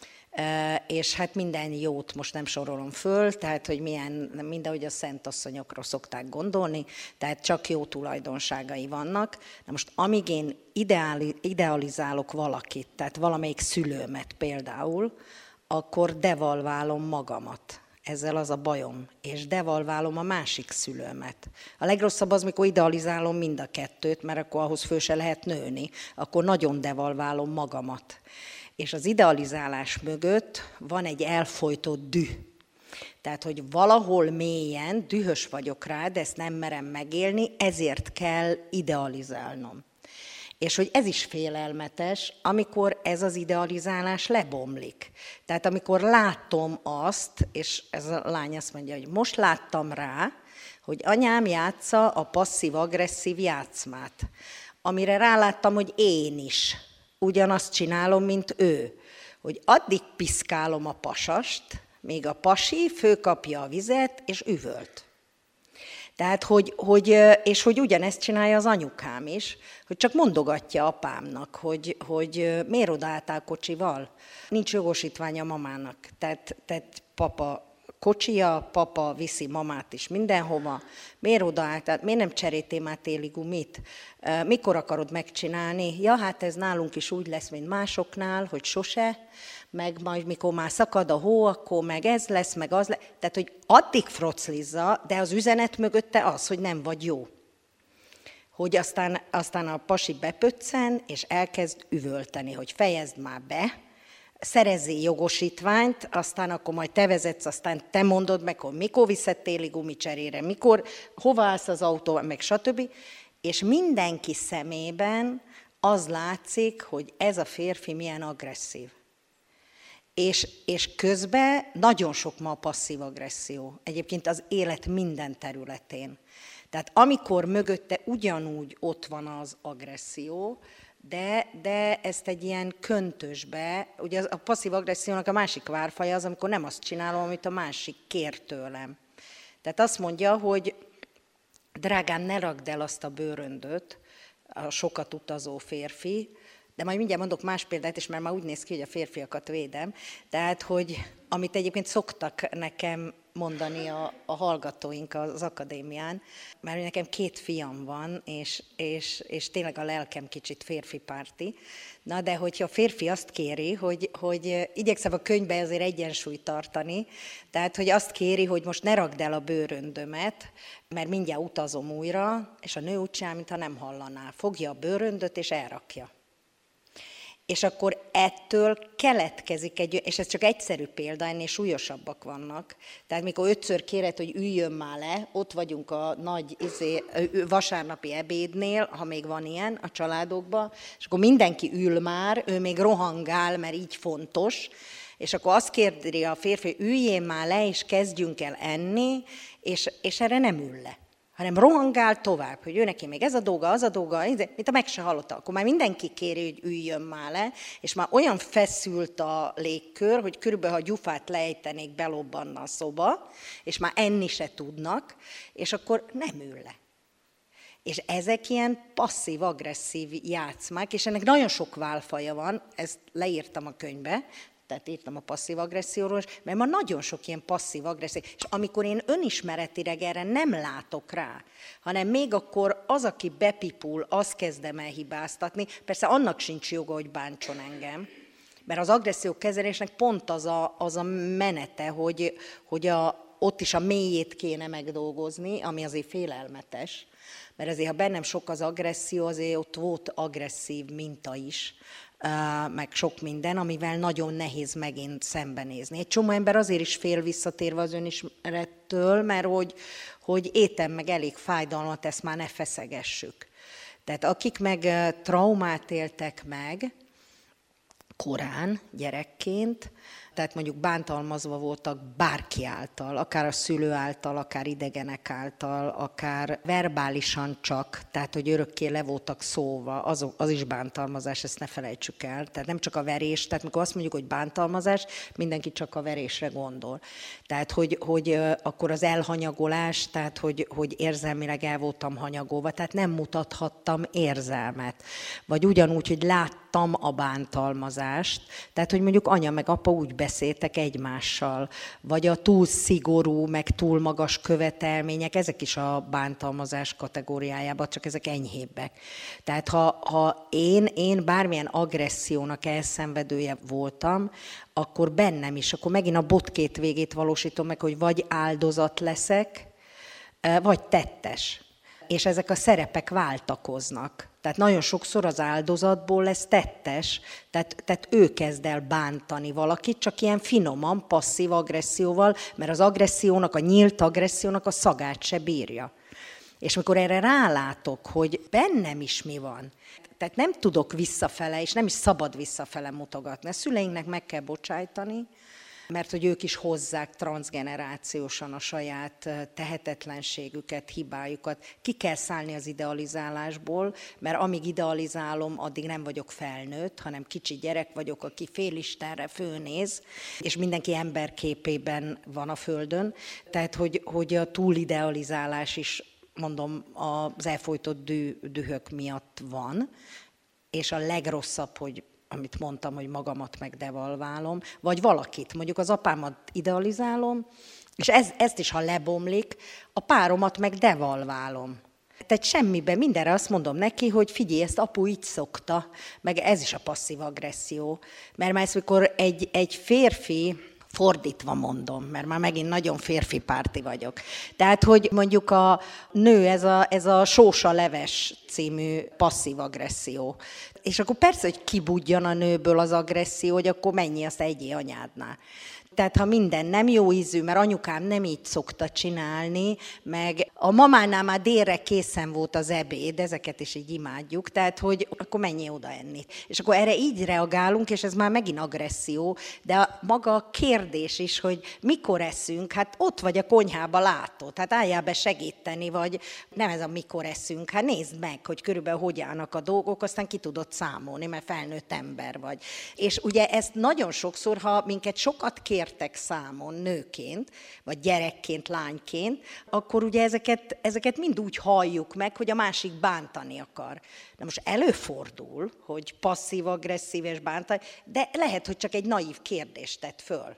És hát minden jót most nem sorolom föl, tehát hogy mindahogy a szent asszonyokról szokták gondolni, tehát csak jó tulajdonságai vannak. Na most amíg én idealizálok valakit, tehát valamelyik szülőmet például, akkor devalválom magamat. Ezzel az a bajom, és devalválom a másik szülőmet. A legrosszabb az, mikor idealizálom mind a kettőt, mert akkor ahhoz föl se lehet nőni, akkor nagyon devalválom magamat. És az idealizálás mögött van egy elfojtott düh. Tehát, hogy valahol mélyen dühös vagyok rá, de ezt nem merem megélni, ezért kell idealizálnom. És hogy ez is félelmetes, amikor ez az idealizálás lebomlik. Tehát amikor látom azt, és ez a lány azt mondja, hogy most láttam rá, hogy anyám játsza a passzív-agresszív játszmát, amire ráláttam, hogy én is ugyanazt csinálom, mint ő. Hogy addig piszkálom a pasast, még a pasi fölkapja a vizet, és üvölt. Tehát, hogy ugyanezt csinálja az anyukám is, hogy csak mondogatja apámnak, hogy miért odaálltál kocsival. Nincs jogosítványa a mamának. Tehát papa kocsija, papa viszi mamát is mindenhova. Miért odaálltál? Miért nem cseréltél már téli gumit? Mikor akarod megcsinálni? Ja, hát ez nálunk is úgy lesz, mint másoknál, hogy sose. Meg majd mikor már szakad a hó, akkor meg ez lesz, meg az lesz. Tehát, hogy addig froclizza, de az üzenet mögötte az, hogy nem vagy jó. Hogy aztán a pasi bepöccen, és elkezd üvölteni, hogy fejezd már be, szerezzél jogosítványt, aztán akkor majd te vezetsz, aztán te mondod meg, hogy mikor viszed téli gumicserére, mikor, hova állsz az autóval, meg stb. És mindenki szemében az látszik, hogy ez a férfi milyen agresszív. És közben nagyon sok ma a passzív agresszió. Egyébként az élet minden területén. Tehát amikor mögötte ugyanúgy ott van az agresszió, de ezt egy ilyen köntösbe, ugye a passzív agressziónak a másik várfaja az, amikor nem azt csinálom, amit a másik kér tőlem. Tehát azt mondja, hogy drágám, ne rakd el azt a bőröndöt, a sokat utazó férfi, de majd mindjárt mondok más példát is, mert már úgy néz ki, hogy a férfiakat védem. Tehát, hogy amit egyébként szoktak nekem mondani a hallgatóink az akadémián, mert nekem 2 fiam van, és tényleg a lelkem kicsit férfi párti. Na, de hogyha a férfi azt kéri, hogy igyekszem a könyvbe azért egyensúlyt tartani, tehát, hogy azt kéri, hogy most ne rakd el a bőröndömet, mert mindjárt utazom újra, és a nő úgy csinál, mintha nem hallaná. Fogja a bőröndöt, és elrakja. És akkor ettől keletkezik és ez csak egyszerű példa, ennél súlyosabbak vannak. Tehát mikor 5-ször kéred, hogy üljön már le, ott vagyunk a nagy vasárnapi ebédnél, ha még van ilyen a családokban, és akkor mindenki ül már, ő még rohangál, mert így fontos, és akkor azt kérdi a férfi, üljél már le, és kezdjünk el enni, és erre nem ül le, hanem rohangál tovább, hogy ő neki még ez a dolga, az a dolga, mint a meg se hallotta. Akkor már mindenki kéri, hogy üljön már le, és már olyan feszült a légkör, hogy körülbelül, ha gyufát lejtenék, belobbanna a szoba, és már enni se tudnak, és akkor nem ül le. És ezek ilyen passzív-agresszív játszmák, és ennek nagyon sok válfaja van, ezt leírtam a könyvbe, tehát írtam a passzív agresszióról, mert ma nagyon sok ilyen passzív agresszió, és amikor én önismeretileg erre nem látok rá, hanem még akkor az, aki bepipul, azt kezdem el hibáztatni, persze annak sincs joga, hogy bántson engem, mert az agresszió kezelésnek pont az a menete, hogy ott is a mélyét kéne megdolgozni, ami azért félelmetes, mert azért, ha bennem sok az agresszió, azért ott volt agresszív minta is, meg sok minden, amivel nagyon nehéz megint szembenézni. Egy csomó ember azért is fél visszatérve az önismerettől, mert hogy étem meg elég fájdalmat, ezt már ne feszegessük. Tehát akik meg traumát éltek meg korán, gyerekként, tehát mondjuk bántalmazva voltak bárki által, akár a szülő által, akár idegenek által, akár verbálisan csak, tehát hogy örökké le voltak szóva, az is bántalmazás, ezt ne felejtsük el. Tehát nem csak a verés, tehát mikor azt mondjuk, hogy bántalmazás, mindenki csak a verésre gondol. Tehát hogy akkor az elhanyagolás, tehát hogy érzelmileg el voltam hanyagolva, tehát nem mutathattam érzelmet. Vagy ugyanúgy, hogy láttam a bántalmazást, tehát hogy mondjuk anya meg apa úgy beszéltek egymással, vagy a túl szigorú, meg túl magas követelmények, ezek is a bántalmazás kategóriájában, csak ezek enyhébbek. Tehát ha én bármilyen agressziónak elszenvedője voltam, akkor bennem is, akkor megint a bot két végét valósítom meg, hogy vagy áldozat leszek, vagy tettes. És ezek a szerepek váltakoznak. Tehát nagyon sokszor az áldozatból lesz tettes, tehát ő kezd el bántani valakit, csak ilyen finoman, passzív agresszióval, mert az agressziónak, a nyílt agressziónak a szagát se bírja. És mikor erre rálátok, hogy bennem is mi van, tehát nem tudok visszafele, és nem is szabad visszafele mutogatni. A szüleinknek meg kell bocsájtani, mert hogy ők is hozzák transzgenerációsan a saját tehetetlenségüket, hibájukat. Ki kell szállni az idealizálásból, mert amíg idealizálom, addig nem vagyok felnőtt, hanem kicsi gyerek vagyok, aki félistenre fölnéz, és mindenki emberképében van a földön. Tehát, hogy a túlidealizálás is, mondom, az elfojtott dühök miatt van, és a legrosszabb, hogy amit mondtam, hogy magamat megdevalválom, vagy valakit, mondjuk az apámat idealizálom, és ezt is, ha lebomlik, a páromat meg devalválom. Tehát semmiben, mindenre azt mondom neki, hogy figyelj, ezt apu így szokta, meg ez is a passzív agresszió. Mert már ezt, mikor egy férfi, fordítva mondom, mert már megint nagyon férfi párti vagyok. Tehát, hogy mondjuk a nő, ez a sósa leves című passzív agresszió. És akkor persze, hogy kibudjan a nőből az agresszió, hogy akkor mennyi azt egyé anyádnál. Tehát ha minden nem jó ízű, mert anyukám nem így szokta csinálni, meg a mamánál már délre készen volt az ebéd, ezeket is így imádjuk, tehát hogy akkor menjél oda enni. És akkor erre így reagálunk, és ez már megint agresszió, de maga a kérdés is, hogy mikor eszünk, hát ott vagy a konyhába látod, hát álljál be segíteni, vagy nem ez a mikor eszünk, hát nézd meg, hogy körülbelül hogy állnak a dolgok, aztán ki tudod számolni, mert felnőtt ember vagy. És ugye ezt nagyon sokszor, ha minket sokat kértek számon nőként, vagy gyerekként, lányként, akkor ugye ezeket mind úgy halljuk meg, hogy a másik bántani akar. Na most előfordul, hogy passzív-agresszív és bántani, de lehet, hogy csak egy naív kérdést tett föl.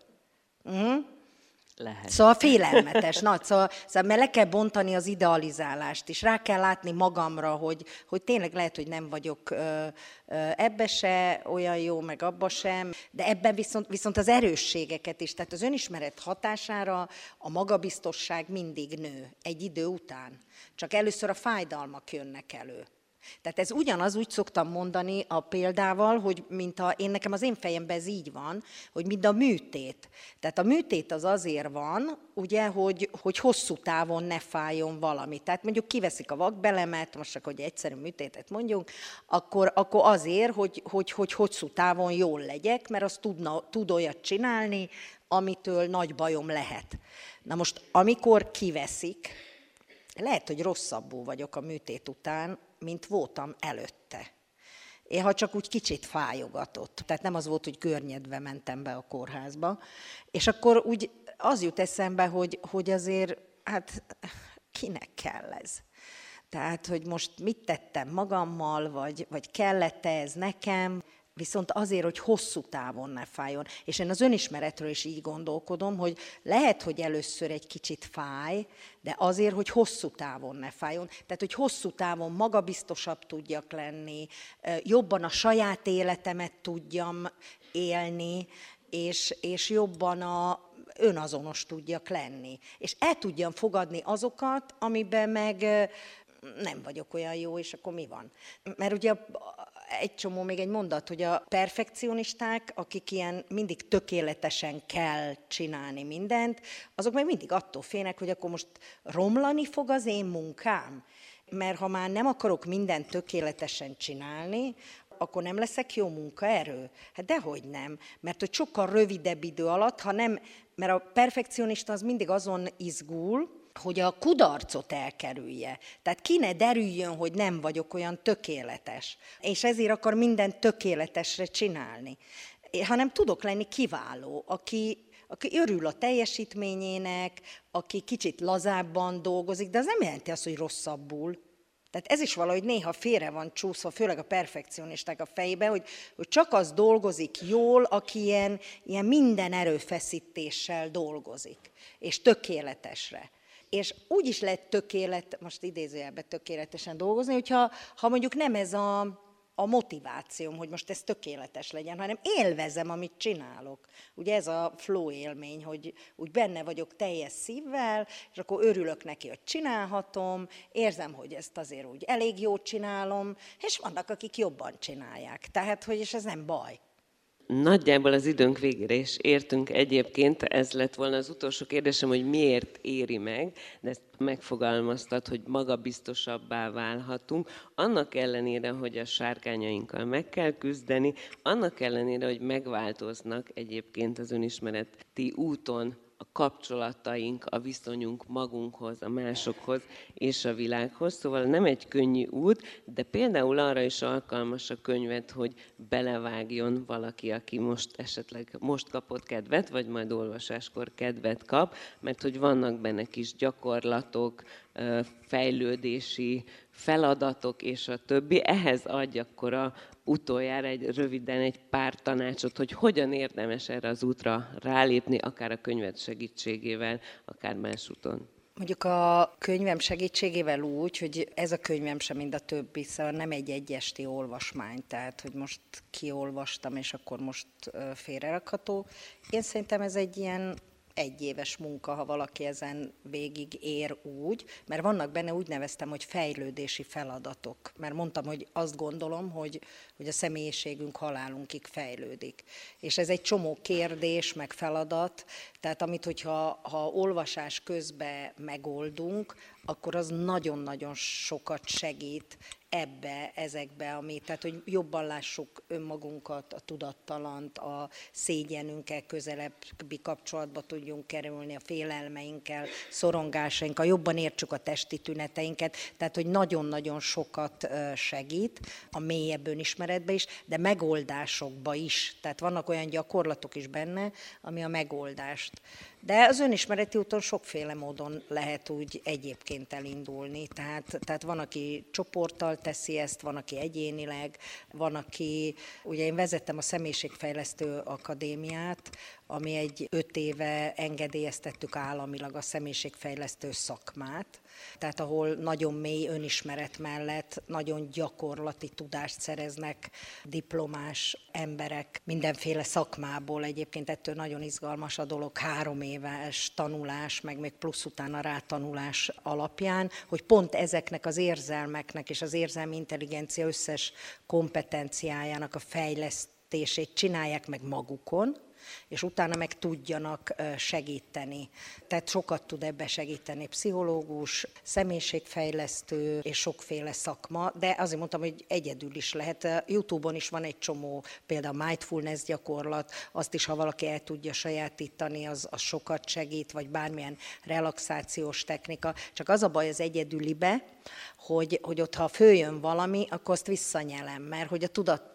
Lehet. Szóval félelmetes, szóval mert le kell bontani az idealizálást is, rá kell látni magamra, hogy tényleg lehet, hogy nem vagyok ebbe se olyan jó, meg abba sem, de ebben viszont az erősségeket is, tehát az önismeret hatására a magabiztosság mindig nő egy idő után. Csak először a fájdalmak jönnek elő. Tehát ez ugyanaz, úgy szoktam mondani a példával, hogy nekem az én fejemben ez így van, hogy mint a műtét. Tehát a műtét az azért van, ugye, hogy hosszú távon ne fájjon valami. Tehát mondjuk kiveszik a vakbelemet, most csak hogy egyszerű műtétet mondjunk, akkor azért, hogy hosszú távon jól legyek, mert az tud olyat csinálni, amitől nagy bajom lehet. Na most, amikor kiveszik, lehet, hogy rosszabbul vagyok a műtét után, mint voltam előtte. Én ha csak úgy kicsit fájogatott. Tehát nem az volt, hogy görnyedve mentem be a kórházba. És akkor úgy az jut eszembe, hogy azért, hát kinek kell ez? Tehát, hogy most mit tettem magammal, vagy kellett ez nekem, viszont azért, hogy hosszú távon ne fájjon. És én az önismeretről is így gondolkodom, hogy lehet, hogy először egy kicsit fáj, de azért, hogy hosszú távon ne fájjon. Tehát, hogy hosszú távon magabiztosabb tudjak lenni, jobban a saját életemet tudjam élni, és jobban önazonos tudjak lenni. És el tudjam fogadni azokat, amiben meg nem vagyok olyan jó, és akkor mi van? Mert ugye egy csomó, még egy mondat, hogy a perfekcionisták, akik ilyen mindig tökéletesen kell csinálni mindent, azok meg mindig attól félnek, hogy akkor most romlani fog az én munkám. Mert ha már nem akarok mindent tökéletesen csinálni, akkor nem leszek jó munkaerő? Hát dehogy nem, mert hogy sokkal rövidebb idő alatt, mert a perfekcionista az mindig azon izgul, hogy a kudarcot elkerülje. Tehát ki ne derüljön, hogy nem vagyok olyan tökéletes. És ezért akar mindent tökéletesre csinálni. Hanem tudok lenni kiváló, aki örül a teljesítményének, aki kicsit lazábban dolgozik, de az nem jelenti azt, hogy rosszabbul. Tehát ez is valahogy néha félre van csúszva, főleg a perfekcionisták a fejében, hogy csak az dolgozik jól, aki ilyen minden erőfeszítéssel dolgozik, és tökéletesre. És úgy is lehet most idézőjelben tökéletesen dolgozni, hogyha mondjuk nem ez a motivációm, hogy most ez tökéletes legyen, hanem élvezem, amit csinálok. Ugye ez a flow élmény, hogy úgy benne vagyok teljes szívvel, és akkor örülök neki, hogy csinálhatom, érzem, hogy ezt azért úgy elég jól csinálom, és vannak, akik jobban csinálják. Tehát, és ez nem baj. Nagyjából az időnk végére is értünk egyébként, ez lett volna az utolsó kérdésem, hogy miért éri meg, de ezt megfogalmaztad, hogy magabiztosabbá válhatunk, annak ellenére, hogy a sárkányainkkal meg kell küzdeni, annak ellenére, hogy megváltoznak egyébként az önismereti úton a kapcsolataink, a viszonyunk magunkhoz, a másokhoz és a világhoz. Szóval nem egy könnyű út, de például arra is alkalmas a könyvet, hogy belevágjon valaki, aki esetleg most kapott kedvet, vagy majd olvasáskor kedvet kap, mert hogy vannak benne kis gyakorlatok, fejlődési feladatok és a többi. Ehhez adj akkor utoljára röviden egy pár tanácsot, hogy hogyan érdemes erre az útra rálépni, akár a könyved segítségével, akár más úton. Mondjuk a könyvem segítségével úgy, hogy ez a könyvem sem, mint a többi, szóval nem egy esti olvasmány, tehát hogy most kiolvastam, és akkor most félrerakható. Én szerintem ez egy ilyen egyéves munka, ha valaki ezen végig ér úgy, mert vannak benne, úgy neveztem, hogy fejlődési feladatok. Mert mondtam, hogy azt gondolom, hogy a személyiségünk halálunkig fejlődik. És ez egy csomó kérdés, meg feladat, tehát amit, hogyha olvasás közben megoldunk, akkor az nagyon-nagyon sokat segít ezekbe, tehát hogy jobban lássuk önmagunkat, a tudattalant, a szégyenünkkel közelebbi kapcsolatba tudjunk kerülni, a félelmeinkkel, szorongásainkkal, jobban értsük a testi tüneteinket, tehát hogy nagyon-nagyon sokat segít a mélyebb önismeretbe is, de megoldásokba is. Tehát vannak olyan gyakorlatok is benne, ami a megoldást. De az önismereti úton sokféle módon lehet úgy egyébként elindulni. Tehát van, aki csoporttal teszi ezt, van, aki egyénileg, van, aki... Ugye én vezettem a Személyiségfejlesztő Akadémiát, ami egy 5 éve engedélyeztettük államilag a személyiségfejlesztő szakmát, tehát ahol nagyon mély önismeret mellett nagyon gyakorlati tudást szereznek diplomás emberek mindenféle szakmából. Egyébként ettől nagyon izgalmas a dolog, 3 éves tanulás, meg még plusz utána rátanulás alapján, hogy pont ezeknek az érzelmeknek és az érzelmi intelligencia összes kompetenciájának a fejlesztését csinálják meg magukon, és utána meg tudjanak segíteni. Tehát sokat tud ebbe segíteni pszichológus, személyiségfejlesztő és sokféle szakma, de azért mondtam, hogy egyedül is lehet. YouTube-on is van egy csomó, például mindfulness gyakorlat, azt is, ha valaki el tudja sajátítani, az sokat segít, vagy bármilyen relaxációs technika. Csak az a baj az egyedülibe, hogy ott ha följön valami, akkor azt visszanyelem, mert hogy a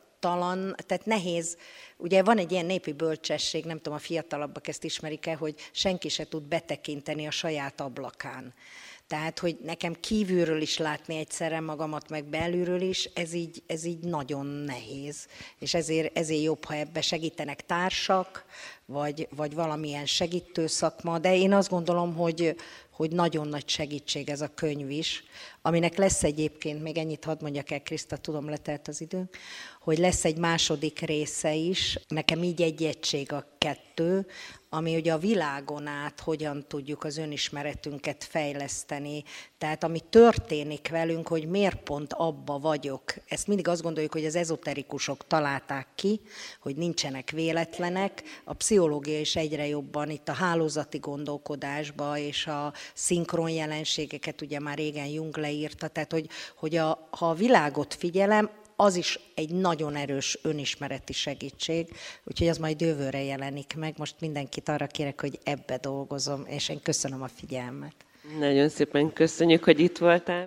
tehát nehéz, ugye van egy ilyen népi bölcsesség, nem tudom, a fiatalabbak ezt ismerik-e, hogy senki se tud betekinteni a saját ablakán. Tehát, hogy nekem kívülről is látni egyszerre magamat, meg belülről is, ez így nagyon nehéz. És ezért jobb, ha ebbe segítenek társak, vagy valamilyen segítő szakma. De én azt gondolom, hogy hogy nagyon nagy segítség ez a könyv is, aminek lesz egyébként, még ennyit hadd mondjak el, Kriszta, tudom, letelt az idő, hogy lesz egy második része is, nekem így egy egység a 2, ami ugye a világon át hogyan tudjuk az önismeretünket fejleszteni. Tehát ami történik velünk, hogy miért pont abba vagyok. Ezt mindig azt gondoljuk, hogy az ezoterikusok találták ki, hogy nincsenek véletlenek. A pszichológia is egyre jobban itt a hálózati gondolkodásba és a szinkron jelenségeket ugye már régen Jung leírta. Tehát, hogy ha a világot figyelem, az is egy nagyon erős önismereti segítség, úgyhogy az majd jövőre jelenik meg. Most mindenkit arra kérek, hogy ebbe dolgozom, és én köszönöm a figyelmet. Nagyon szépen köszönjük, hogy itt voltál.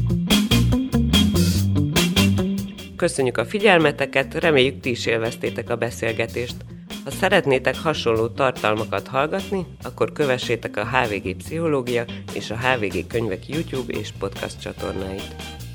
Köszönjük a figyelmeteket, reméljük ti is élveztétek a beszélgetést. Ha szeretnétek hasonló tartalmakat hallgatni, akkor kövessétek a HVG Pszichológia és a HVG Könyvek YouTube és podcast csatornáit.